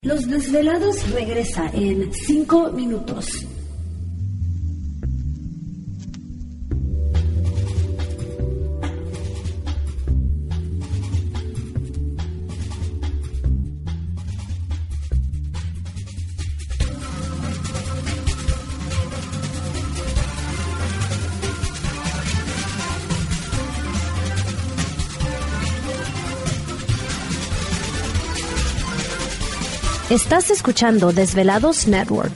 Los Desvelados regresa en 5 minutos. Estás escuchando Desvelados Network.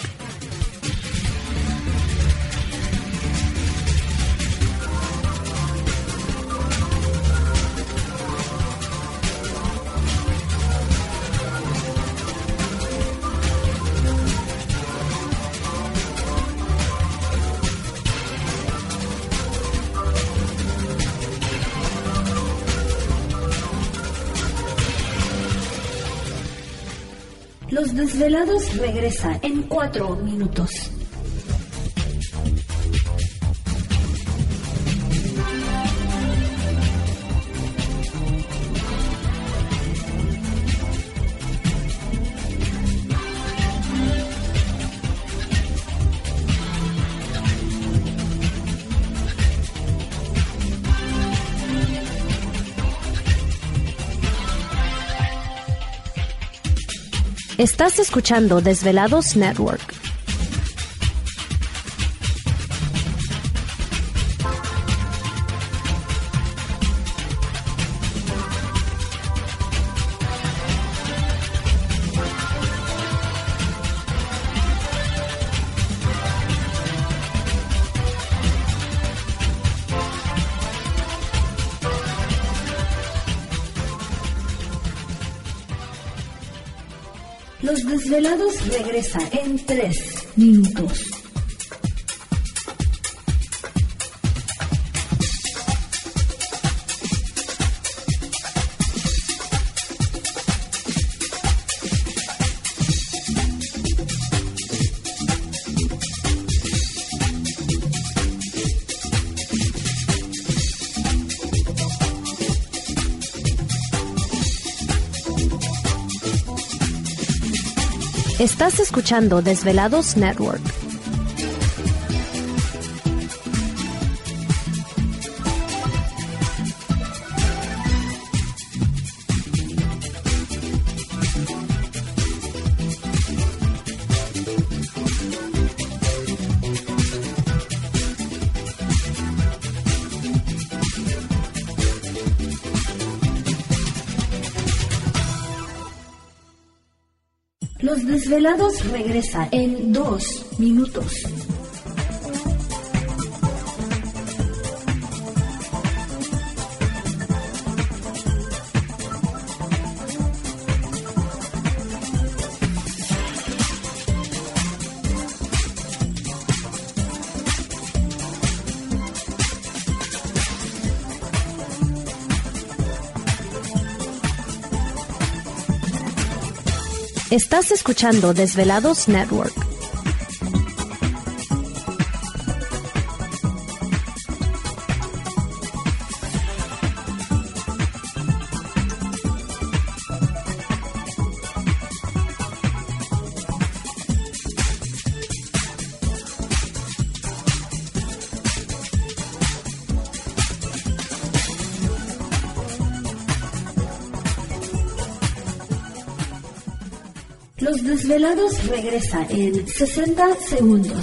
Los Desvelados regresa en 4 minutos. Estás escuchando Desvelados Network. Los Desvelados regresa en 3 minutos. Estás escuchando Desvelados Network. Los Desvelados regresa en 2 minutos. Estás escuchando Desvelados Network. Los Desvelados regresa en 60 segundos.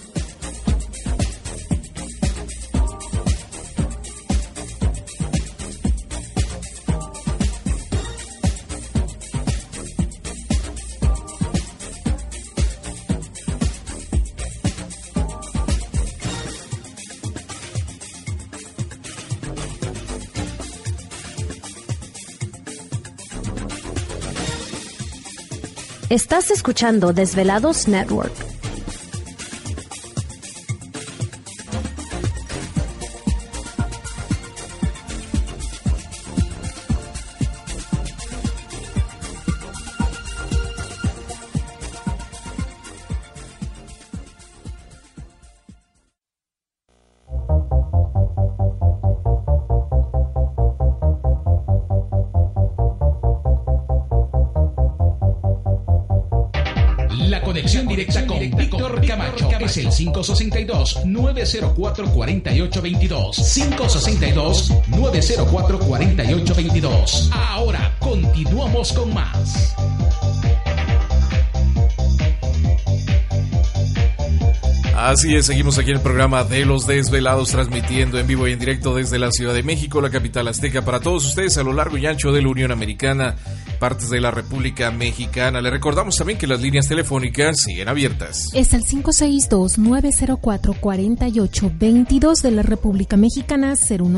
Estás escuchando Desvelados Network. directa con Víctor Camacho es el 562-904-4822. 562-904-4822. Ahora continuamos con más. Así es, seguimos aquí en el programa de Los Desvelados, transmitiendo en vivo y en directo desde la Ciudad de México, la capital azteca, para todos ustedes a lo largo y ancho de la Unión Americana, partes de la República Mexicana. Le recordamos también que las líneas telefónicas siguen abiertas. Es el 562-904-4822 de la República Mexicana,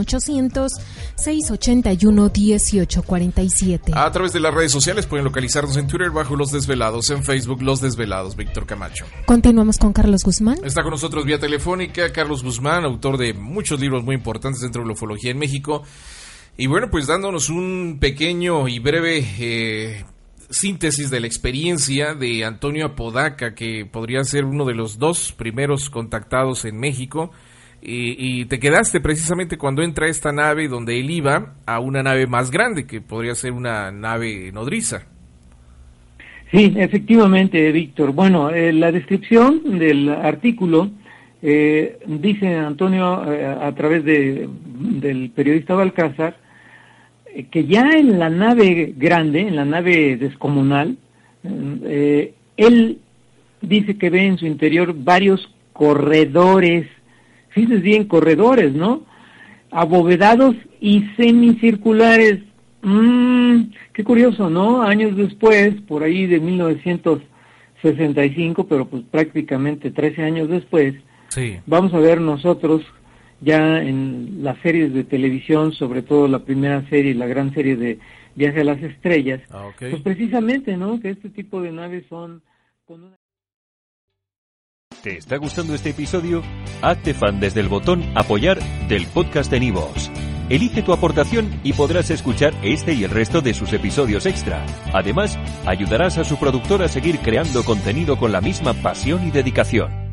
01800-681-1847. A través de las redes sociales pueden localizarnos en Twitter bajo Los Desvelados, en Facebook Los Desvelados. Víctor Camacho. Continuamos con Carlos Guzmán. Está con nosotros vía telefónica Carlos Guzmán, autor de muchos libros muy importantes dentro de la ufología en México. Y bueno, pues dándonos un pequeño y breve síntesis de la experiencia de Antonio Apodaca, que podría ser uno de los dos primeros contactados en México. Y te quedaste precisamente cuando entra esta nave donde él iba a una nave más grande, que podría ser una nave nodriza. Sí, efectivamente, Víctor. Bueno, la descripción del artículo dice Antonio a través del periodista Balcázar que ya en la nave grande, en la nave descomunal, él dice que ve en su interior varios corredores, fíjense bien, corredores, ¿no? Abovedados y semicirculares. Qué curioso, ¿no? Años después, por ahí de 1965, pero pues prácticamente 13 años después, sí, vamos a ver nosotros ya en las series de televisión, sobre todo la primera serie, la gran serie de Viaje a las Estrellas, okay, pues precisamente, ¿no? Que este tipo de naves son con una... ¿Te está gustando este episodio? Hazte fan desde el botón Apoyar del podcast de Nivos. Elige tu aportación y podrás escuchar este y el resto de sus episodios extra. Además, ayudarás a su productor a seguir creando contenido con la misma pasión y dedicación.